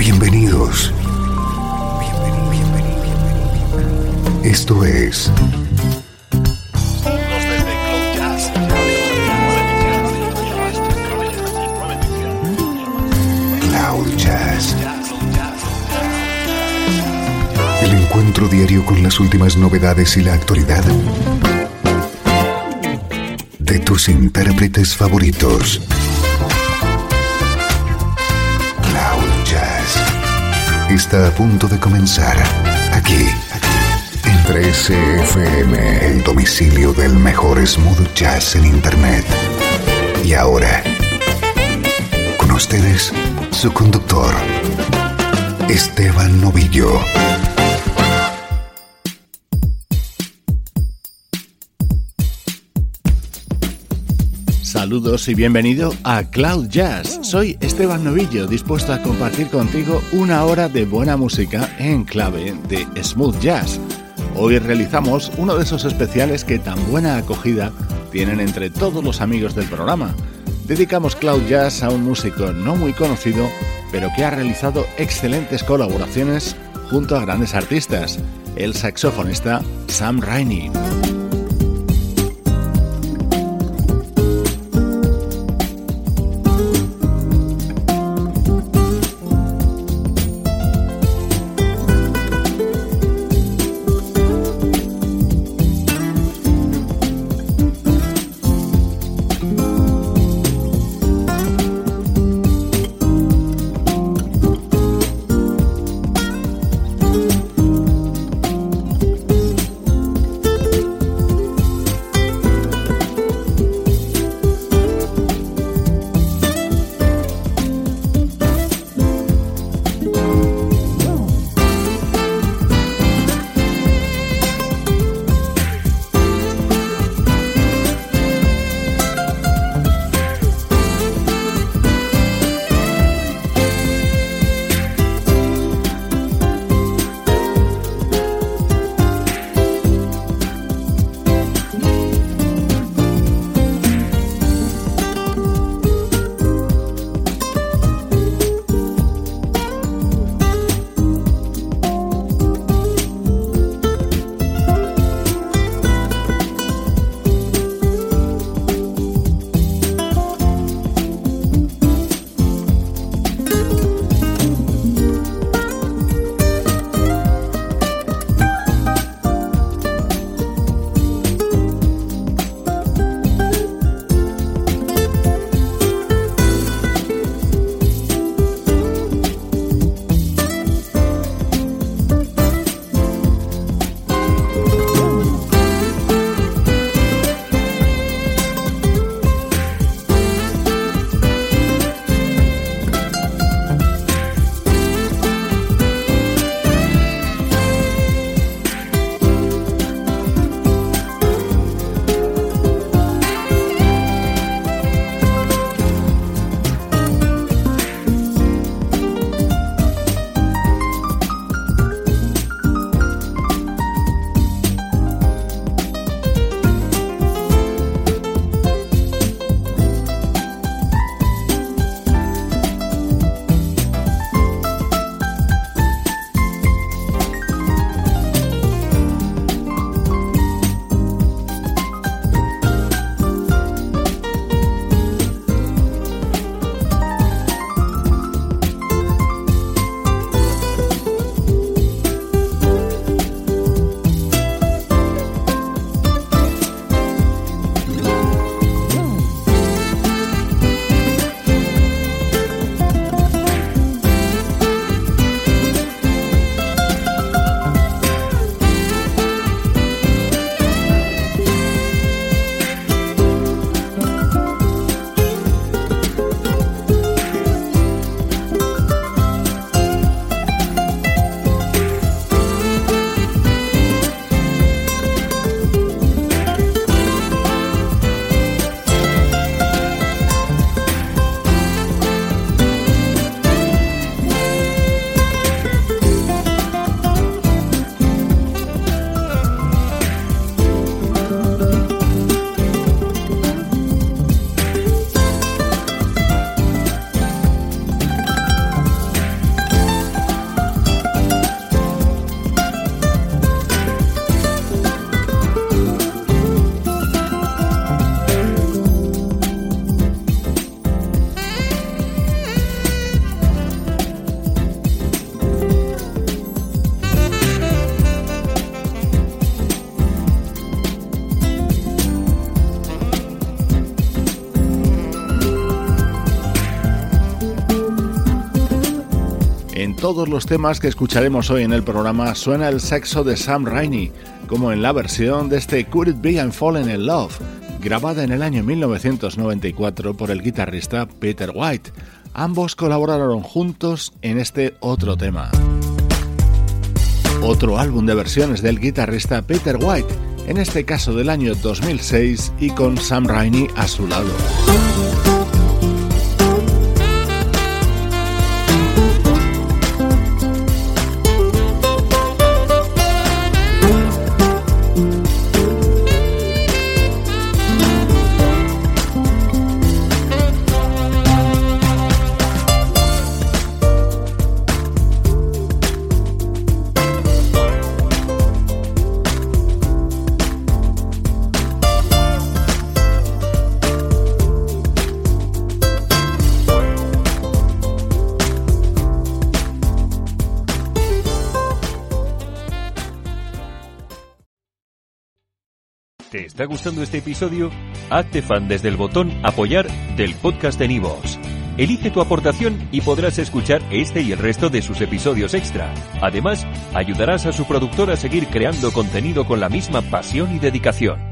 Bienvenidos. Esto es Cloud Jazz. El encuentro diario con las últimas novedades y la actualidad de tus intérpretes favoritos. Cloud Jazz está a punto de comenzar aquí en 13FM, el domicilio del mejor smooth jazz en internet. Y ahora, con ustedes, su conductor, Esteban Novillo. Saludos y bienvenido a Cloud Jazz. Soy Esteban Novillo, dispuesto a compartir contigo una hora de buena música en clave de smooth jazz. Hoy realizamos uno de esos especiales que tan buena acogida tienen entre todos los amigos del programa. Dedicamos Cloud Jazz a un músico no muy conocido, pero que ha realizado excelentes colaboraciones junto a grandes artistas, el saxofonista Sam Rainey. En todos los temas que escucharemos hoy en el programa suena el saxo de Sam Raimi, como en la versión de este Could It Be I'm Falling in Love, grabada en el año 1994 por el guitarrista Peter White. Ambos colaboraron juntos en este otro tema. Otro álbum de versiones del guitarrista Peter White, en este caso del año 2006 y con Sam Raimi a su lado. ¿Te está gustando este episodio? Hazte fan desde el botón Apoyar del podcast de Nivos. Elige tu aportación y podrás escuchar este y el resto de sus episodios extra. Además, ayudarás a su productor a seguir creando contenido con la misma pasión y dedicación.